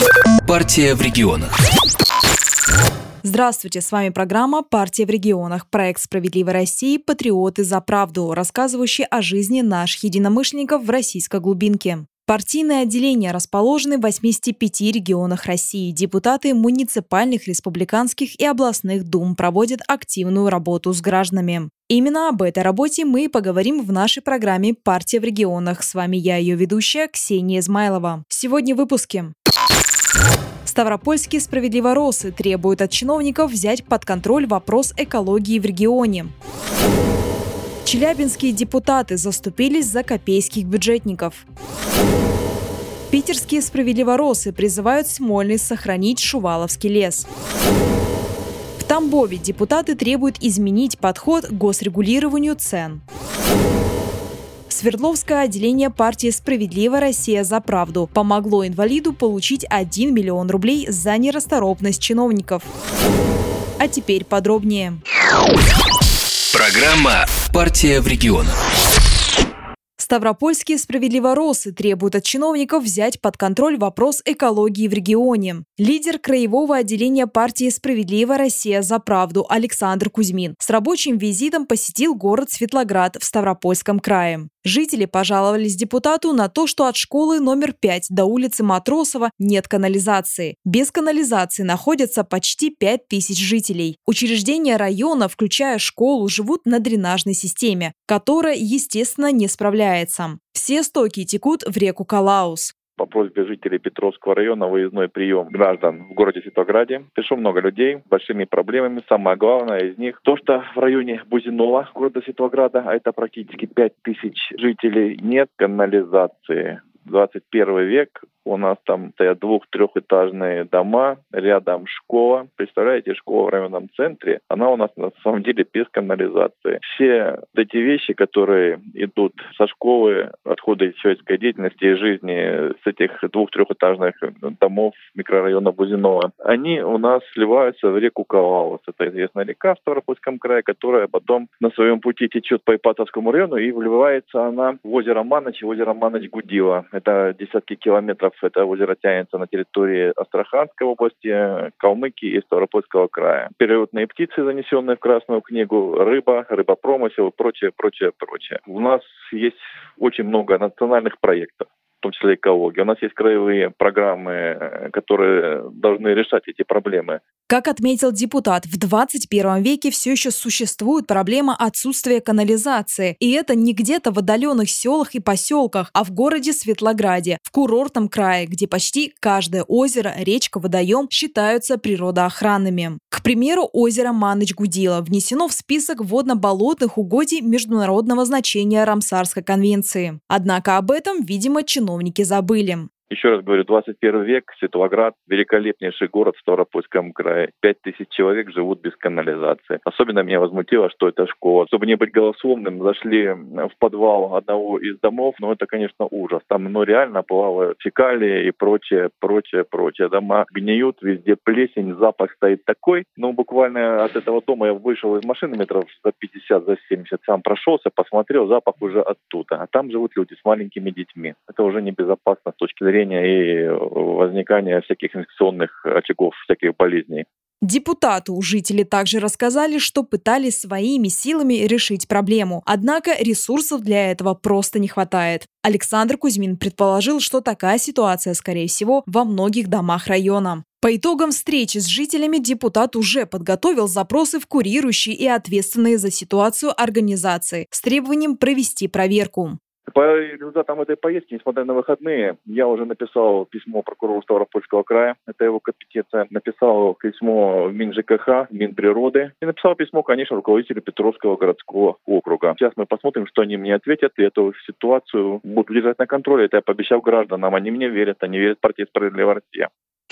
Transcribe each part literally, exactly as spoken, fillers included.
Партия в регионах. Здравствуйте, с вами программа «Партия в регионах», проект «Справедливой России. Патриоты за правду», рассказывающий о жизни наших единомышленников в российской глубинке. Партийные отделения расположены в восьмидесяти пяти регионах России. Депутаты муниципальных, республиканских и областных дум проводят активную работу с гражданами. Именно об этой работе мы и поговорим в нашей программе «Партия в регионах». С вами я, ее ведущая, Ксения Измайлова. Сегодня в выпуске. Ставропольские справедливоросы требуют от чиновников взять под контроль вопрос экологии в регионе. Челябинские депутаты заступились за копейских бюджетников. Питерские справедливоросы призывают Смольный сохранить Шуваловский лес. В Тамбове депутаты требуют изменить подход к госрегулированию цен. Свердловское отделение партии «Справедливая Россия за правду» помогло инвалиду получить один миллион рублей за нерасторопность чиновников. А теперь подробнее. Программа «Партия в регионах». Ставропольские справедливоросы требуют от чиновников взять под контроль вопрос экологии в регионе. Лидер краевого отделения партии «Справедливая Россия за правду» Александр Кузьмин с рабочим визитом посетил город Светлоград в Ставропольском крае. Жители пожаловались депутату на то, что от школы номер пять до улицы Матросова нет канализации. Без канализации находятся почти пять тысяч жителей. Учреждения района, включая школу, живут на дренажной системе, которая, естественно, не справляется. Все стоки текут в реку Калаус. По просьбе жителей Петровского района выездной прием граждан в городе Светлограде. Пришло много людей с большими проблемами. Самое главное из них то, что в районе Бузинола города Светлограда, а это практически пять тысяч жителей, нет канализации. двадцать первый век. У нас там стоят двух-трехэтажные дома, рядом школа. Представляете, школа в районном центре, она у нас на самом деле без канализации. Все эти вещи, которые идут со школы, отходы человеческой деятельности и жизни с этих двух-трехэтажных домов микрорайона Бузинова, они у нас сливаются в реку Калаус. Это известная река в Ставропольском крае, которая потом на своем пути течет по Ипатовскому району и вливается она в озеро Маныч и озеро Маныч-Гудило. Это десятки километров. Это озеро тянется на территории Астраханской области, Калмыкии и Ставропольского края. Перелетные птицы, занесенные в Красную книгу, рыба, рыбопромысел и прочее, прочее, прочее. У нас есть очень много национальных проектов, в том числе экология. У нас есть краевые программы, которые должны решать эти проблемы. Как отметил депутат, в двадцать первом веке все еще существует проблема отсутствия канализации. И это не где-то в отдаленных селах и поселках, а в городе Светлограде, в курортном крае, где почти каждое озеро, речка, водоем считаются природоохранными. К примеру, озеро Маныч-Гудило внесено в список водно-болотных угодий международного значения Рамсарской конвенции. Однако об этом, видимо, чиновники забыли. Еще раз говорю, двадцать первый век, Светлоград, великолепнейший город в Ставропольском крае. Пять тысяч человек живут без канализации. Особенно меня возмутило, что это школа. Чтобы не быть голословным, зашли в подвал одного из домов, но это, конечно, ужас. Там, ну, реально плавают фекалии и прочее, прочее, прочее. Дома гниют, везде плесень, запах стоит такой. Ну, буквально от этого дома я вышел из машины метров за пятьдесят, за семьдесят, сам прошелся, посмотрел, запах уже оттуда. А там живут люди с маленькими детьми. Это уже небезопасно с точки зрения и возникания всяких инфекционных очагов, всяких болезней. Депутату жители также рассказали, что пытались своими силами решить проблему. Однако ресурсов для этого просто не хватает. Александр Кузьмин предположил, что такая ситуация, скорее всего, во многих домах района. По итогам встречи с жителями депутат уже подготовил запросы в курирующие и ответственные за ситуацию организации с требованием провести проверку. По результатам этой поездки, несмотря на выходные, я уже написал письмо прокурору Ставропольского края, это его компетенция, написал письмо в МинЖКХ, в Минприроды и написал письмо, конечно, руководителю Петровского городского округа. Сейчас мы посмотрим, что они мне ответят, и эту ситуацию будут держать на контроле. Это я пообещал гражданам, они мне верят, они верят партии «Справедливая Россия».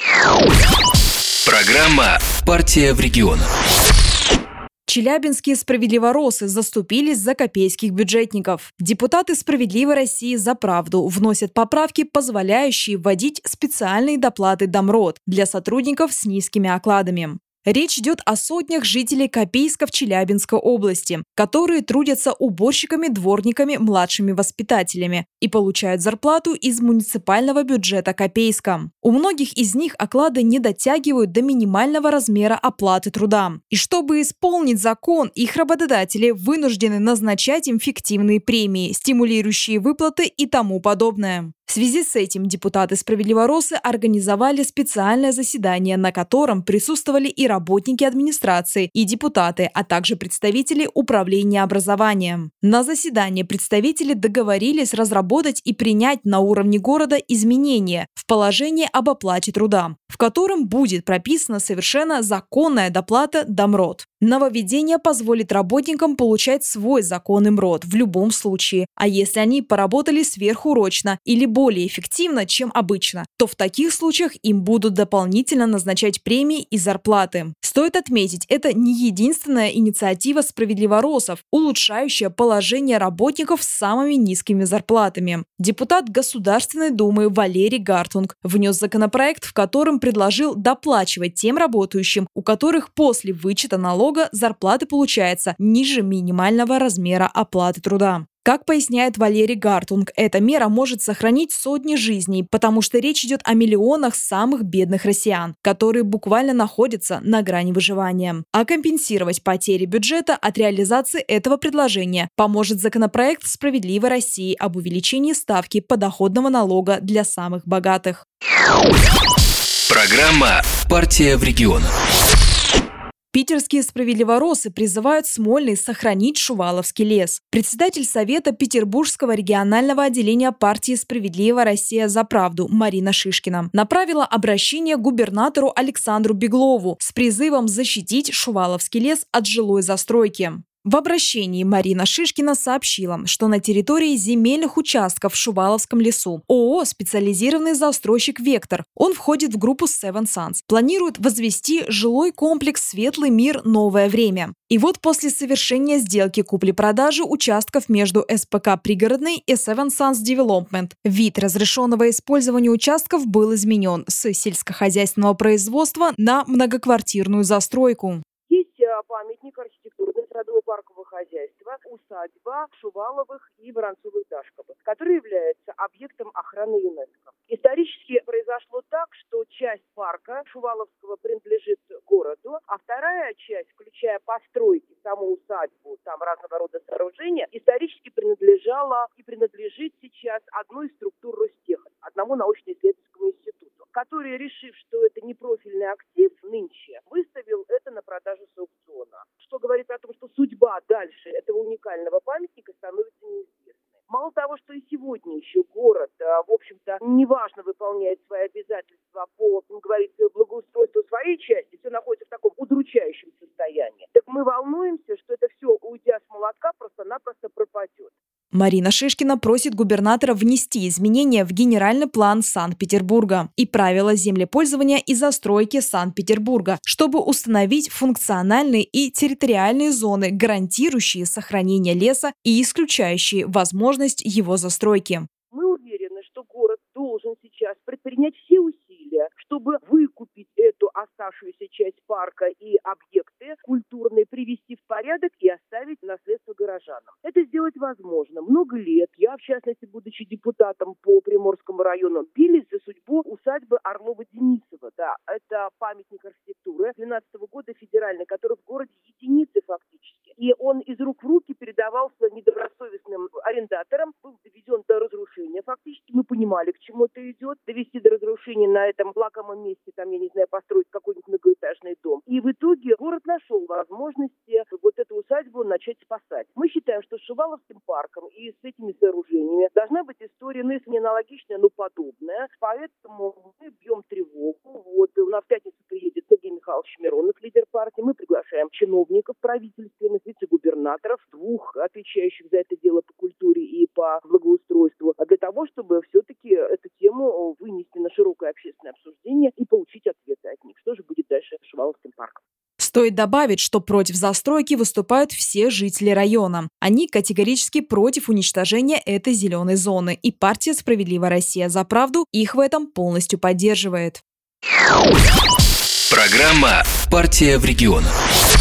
Программа «Партия в регионах». Челябинские справедливоросы заступились за копейских бюджетников. Депутаты «Справедливой России за правду» вносят поправки, позволяющие вводить специальные доплаты Домрот для сотрудников с низкими окладами. Речь идет о сотнях жителей Копейска в Челябинской области, которые трудятся уборщиками, дворниками, младшими воспитателями и получают зарплату из муниципального бюджета Копейска. У многих из них оклады не дотягивают до минимального размера оплаты труда. И чтобы исполнить закон, их работодатели вынуждены назначать им фиктивные премии, стимулирующие выплаты и тому подобное. В связи с этим депутаты «Справедливоросы» организовали специальное заседание, на котором присутствовали и работники администрации, и депутаты, а также представители управления образованием. На заседании представители договорились разработать и принять на уровне города изменения в положение об оплате труда, в котором будет прописана совершенно законная доплата домрот. Нововведение позволит работникам получать свой законный МРОТ в любом случае, а если они поработали сверхурочно или более эффективно, чем обычно, то в таких случаях им будут дополнительно назначать премии и зарплаты. Стоит отметить, это не единственная инициатива «Справедливоросов», улучшающая положение работников с самыми низкими зарплатами. Депутат Государственной Думы Валерий Гартунг внес законопроект, в котором предложил доплачивать тем работающим, у которых после вычета налога зарплаты получается ниже минимального размера оплаты труда. Как поясняет Валерий Гартунг, эта мера может сохранить сотни жизней, потому что речь идет о миллионах самых бедных россиян, которые буквально находятся на грани выживания. А компенсировать потери бюджета от реализации этого предложения поможет законопроект «Справедливой России» об увеличении ставки подоходного налога для самых богатых. Программа «Партия в регионах». Питерские справедливоросы призывают Смольный сохранить Шуваловский лес. Председатель Совета Петербургского регионального отделения партии «Справедливая Россия за правду» Марина Шишкина направила обращение к губернатору Александру Беглову с призывом защитить Шуваловский лес от жилой застройки. В обращении Марина Шишкина сообщила, что на территории земельных участков в Шуваловском лесу ООО «Специализированный застройщик Вектор», он входит в группу Seven Suns, планирует возвести жилой комплекс «Светлый мир. Новое время». И вот после совершения сделки купли-продажи участков между СПК «Пригородный» и Seven Suns Development вид разрешенного использования участков был изменен с сельскохозяйственного производства на многоквартирную застройку. Памятник архитектурного садово-паркового хозяйства, усадьба Шуваловых и Воронцовых-Дашковых, который является объектом охраны ЮНЕСКО. Исторически произошло так, что часть парка Шуваловского принадлежит городу, а вторая часть, включая постройки, саму усадьбу, там разного рода сооружения, исторически принадлежала и принадлежит сейчас одной из структур Ростеха, одному научно-исследовательскому институту, который, решив, что это не профильный актив, нынче выставил это на продажу с аукциона. Что говорит о том, что судьба дальше этого уникального памятника становится неизвестной. Мало того, что и сегодня еще город, в общем-то, неважно выполняет свои обязательства по, как говорится, благоустройству своей части, все находится в таком удручающем состоянии. Так мы волнуемся, что это все, уйдя с молотка, просто-напросто пропадет. Марина Шишкина просит губернатора внести изменения в генеральный план Санкт-Петербурга и правила землепользования и застройки Санкт-Петербурга, чтобы установить функциональные и территориальные зоны, гарантирующие сохранение леса и исключающие возможность его застройки. Мы уверены, что город должен сейчас предпринять все усилия, чтобы выкупить эту оставшуюся часть парка и объекты культурные, привести в порядок и оставить наследство горожанам. Это сделать возможно. Много лет я, в частности, будучи депутатом по Приморскому району, бились за судьбу усадьбы Орлова-Денисова. Да, это памятник архитектуры двенадцатого года федеральный, который в городе единицы фактически. И он из рук в руки передавался недобросовестным арендаторам, был доведен до разрушения. Фактически мы понимали, к чему это идет. Довести до разрушения на этом лакомом месте, там, я не знаю, построить какой-нибудь многоэтажный дом. И в итоге город нашел возможности вот эту усадьбу начать спасать. Мы считаем, что с Шуваловским парком и с этими сооружениями должна быть история, ну, если не аналогичная, но подобная. Поэтому мы бьем тревогу. Вот у нас в пятницу приедет Сергей Михайлович Миронов, лидер партии. Мы приглашаем чиновников правительственных, вице-губернаторов, двух отвечающих за это дело по культуре и по благоустройству, для того, чтобы все-таки эту тему вынести на широкое общественное обсуждение и получить ответы от них. Что же будет дальше с Шуваловским парком? Стоит добавить, что против застройки выступают все жители района. Они категорически против уничтожения этой зеленой зоны, и партия «Справедливая Россия за правду» их в этом полностью поддерживает. Программа «Партия в регионах».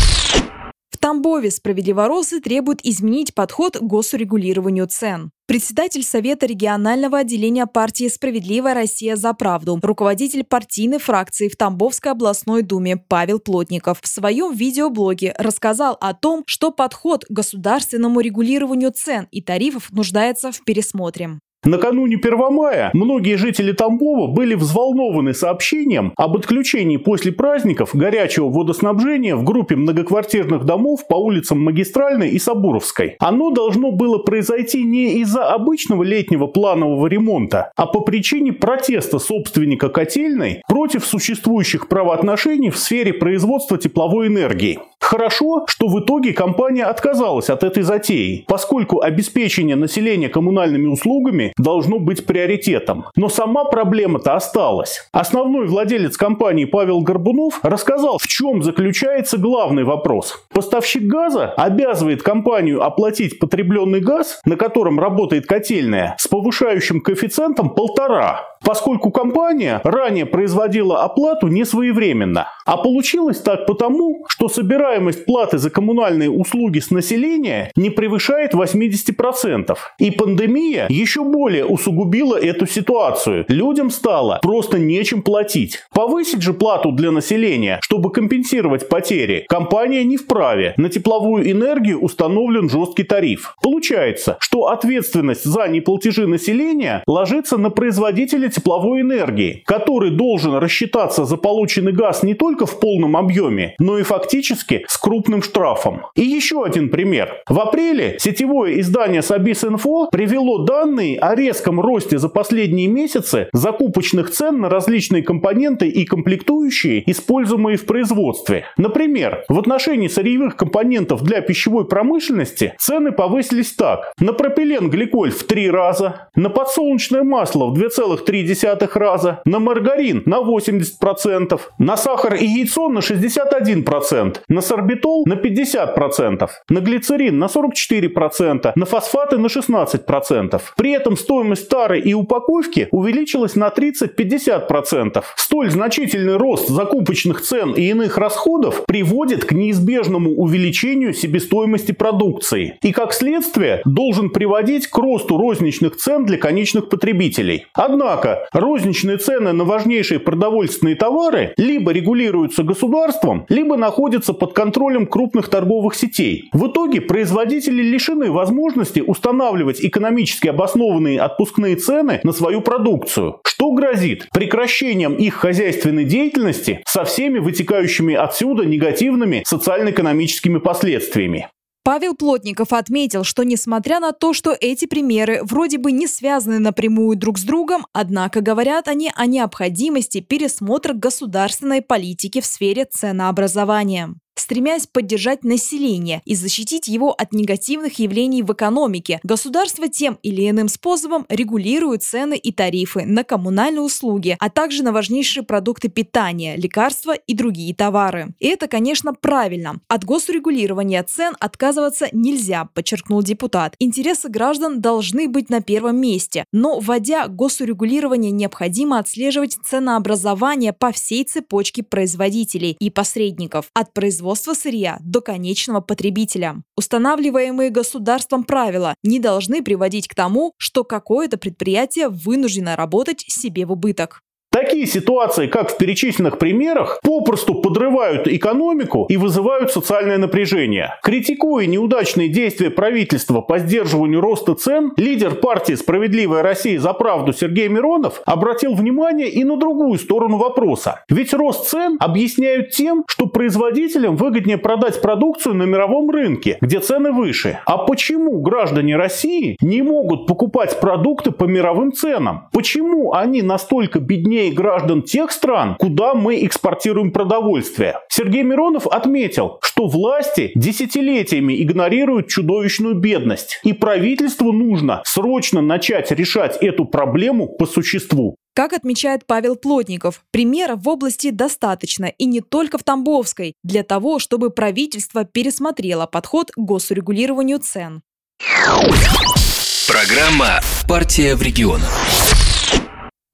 В Тамбове справедливоросы требуют изменить подход к госурегулированию цен. Председатель Совета регионального отделения партии «Справедливая Россия за правду», руководитель партийной фракции в Тамбовской областной думе Павел Плотников в своем видеоблоге рассказал о том, что подход к государственному регулированию цен и тарифов нуждается в пересмотре. Накануне Первомая многие жители Тамбова были взволнованы сообщением об отключении после праздников горячего водоснабжения в группе многоквартирных домов по улицам Магистральной и Сабуровской. Оно должно было произойти не из-за обычного летнего планового ремонта, а по причине протеста собственника котельной против существующих правоотношений в сфере производства тепловой энергии. Хорошо, что в итоге компания отказалась от этой затеи, поскольку обеспечение населения коммунальными услугами должно быть приоритетом. Но сама проблема-то осталась. Основной владелец компании Павел Горбунов рассказал, в чем заключается главный вопрос. Поставщик газа обязывает компанию оплатить потребленный газ, на котором работает котельная, с повышающим коэффициентом полтора, поскольку компания ранее производила оплату несвоевременно. А получилось так потому, что собираемость платы за коммунальные услуги с населения не превышает восемьдесят процентов. И пандемия еще более усугубила эту ситуацию. Людям стало просто нечем платить. Повысить же плату для населения, чтобы компенсировать потери, компания не вправе. На тепловую энергию установлен жесткий тариф. Получается, что ответственность за неплатежи населения ложится на производителя тепловой энергии, который должен рассчитаться за полученный газ не только в полном объеме, но и фактически с крупным штрафом. И еще один пример. В апреле сетевое издание Собис.Инфо привело данные о резком росте за последние месяцы закупочных цен на различные компоненты и комплектующие, используемые в производстве. Например, в отношении сырьевых компонентов для пищевой промышленности цены повысились так. На пропиленгликоль в три раза, на подсолнечное масло в два целых три десятых раза, на маргарин на восемьдесят процентов, на сахар и яйцо на шестьдесят один процент, на сорбитол на пятьдесят процентов, на глицерин на сорок четыре процента, на фосфаты на шестнадцать процентов. При этом стоимость тары и упаковки увеличилась на тридцать-пятьдесят процентов. Столь значительный рост закупочных цен и иных расходов приводит к неизбежному увеличению себестоимости продукции и, как следствие, должен приводить к росту розничных цен для конечных потребителей. Однако, розничные цены на важнейшие продовольственные товары либо регулируются государством, либо находятся под контролем крупных торговых сетей. В итоге производители лишены возможности устанавливать экономически обоснованные отпускные цены на свою продукцию, что грозит прекращением их хозяйственной деятельности со всеми вытекающими отсюда негативными социально-экономическими последствиями. Павел Плотников отметил, что несмотря на то, что эти примеры вроде бы не связаны напрямую друг с другом, однако говорят они о необходимости пересмотра государственной политики в сфере ценообразования. Стремясь поддержать население и защитить его от негативных явлений в экономике, государство тем или иным способом регулирует цены и тарифы на коммунальные услуги, а также на важнейшие продукты питания, лекарства и другие товары. И это, конечно, правильно. От госрегулирования цен отказываться нельзя, подчеркнул депутат. Интересы граждан должны быть на первом месте, но, вводя госрегулирование, необходимо отслеживать ценообразование по всей цепочке производителей и посредников, от производства сырья до конечного потребителя. Устанавливаемые государством правила не должны приводить к тому, что какое-то предприятие вынуждено работать себе в убыток. Такие ситуации, как в перечисленных примерах, попросту подрывают экономику и вызывают социальное напряжение. Критикуя неудачные действия правительства по сдерживанию роста цен, лидер партии «Справедливая Россия за правду» Сергей Миронов обратил внимание и на другую сторону вопроса. Ведь рост цен объясняют тем, что производителям выгоднее продать продукцию на мировом рынке, где цены выше. А почему граждане России не могут покупать продукты по мировым ценам? Почему они настолько беднее граждан тех стран, куда мы экспортируем продовольствие? Сергей Миронов отметил, что власти десятилетиями игнорируют чудовищную бедность, и правительству нужно срочно начать решать эту проблему по существу. Как отмечает Павел Плотников, примеров в области достаточно, и не только в Тамбовской, для того, чтобы правительство пересмотрело подход к госрегулированию цен. Программа «Партия в регионах».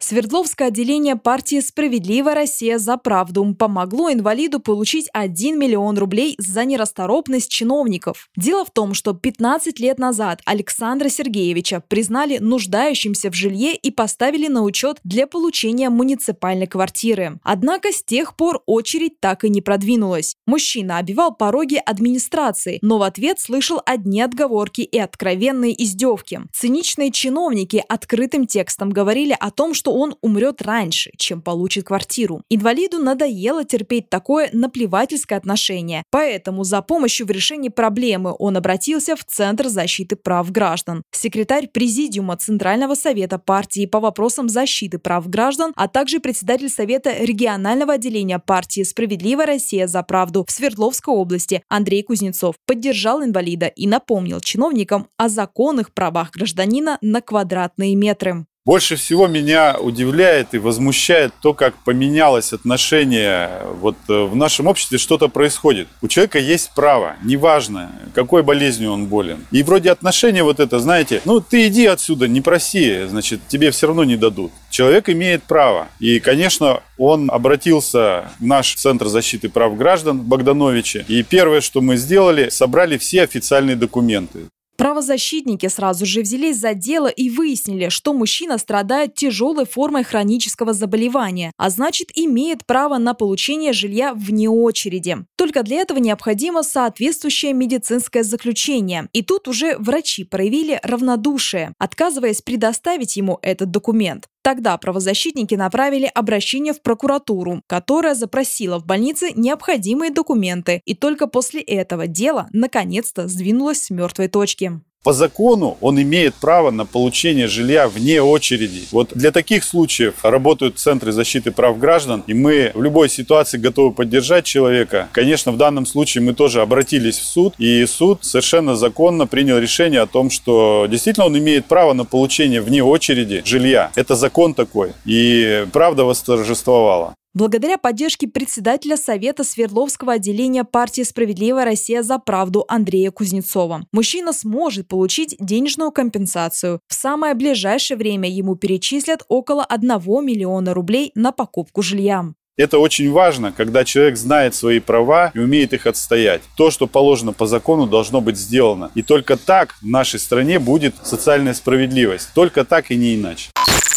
Свердловское отделение партии «Справедливая Россия за правду» помогло инвалиду получить один миллион рублей за нерасторопность чиновников. Дело в том, что пятнадцать лет назад Александра Сергеевича признали нуждающимся в жилье и поставили на учет для получения муниципальной квартиры. Однако с тех пор очередь так и не продвинулась. Мужчина обивал пороги администрации, но в ответ слышал одни отговорки и откровенные издевки. Циничные чиновники открытым текстом говорили о том, что он умрет раньше, чем получит квартиру. Инвалиду надоело терпеть такое наплевательское отношение, поэтому за помощью в решении проблемы он обратился в Центр защиты прав граждан. Секретарь Президиума Центрального совета партии по вопросам защиты прав граждан, а также председатель Совета регионального отделения партии «Справедливая Россия за правду» в Свердловской области Андрей Кузнецов поддержал инвалида и напомнил чиновникам о законных правах гражданина на квадратные метры. Больше всего меня удивляет и возмущает то, как поменялось отношение. Вот в нашем обществе что-то происходит. У человека есть право, неважно, какой болезнью он болен. И вроде отношение вот это, знаете, ну ты иди отсюда, не проси, значит, тебе все равно не дадут. Человек имеет право. И, конечно, он обратился в наш Центр защиты прав граждан Богдановича. И первое, что мы сделали, собрали все официальные документы. Правозащитники сразу же взялись за дело и выяснили, что мужчина страдает тяжелой формой хронического заболевания, а значит имеет право на получение жилья вне очереди. Только для этого необходимо соответствующее медицинское заключение. И тут уже врачи проявили равнодушие, отказываясь предоставить ему этот документ. Тогда правозащитники направили обращение в прокуратуру, которая запросила в больнице необходимые документы. И только после этого дело наконец-то сдвинулось с мертвой точки. По закону он имеет право на получение жилья вне очереди. Вот для таких случаев работают центры защиты прав граждан, и мы в любой ситуации готовы поддержать человека. Конечно, в данном случае мы тоже обратились в суд, и суд совершенно законно принял решение о том, что действительно он имеет право на получение вне очереди жилья. Это закон такой, и правда восторжествовала. Благодаря поддержке председателя Совета Свердловского отделения партии «Справедливая Россия за правду» Андрея Кузнецова, мужчина сможет получить денежную компенсацию. В самое ближайшее время ему перечислят около одного миллиона рублей на покупку жилья. Это очень важно, когда человек знает свои права и умеет их отстоять. То, что положено по закону, должно быть сделано. И только так в нашей стране будет социальная справедливость. Только так и не иначе.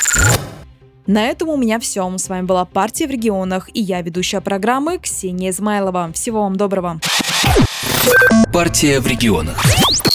На этом у меня все. С вами была «Партия в регионах» и я, ведущая программы Ксения Измайлова. Всего вам доброго. «Партия в регионах».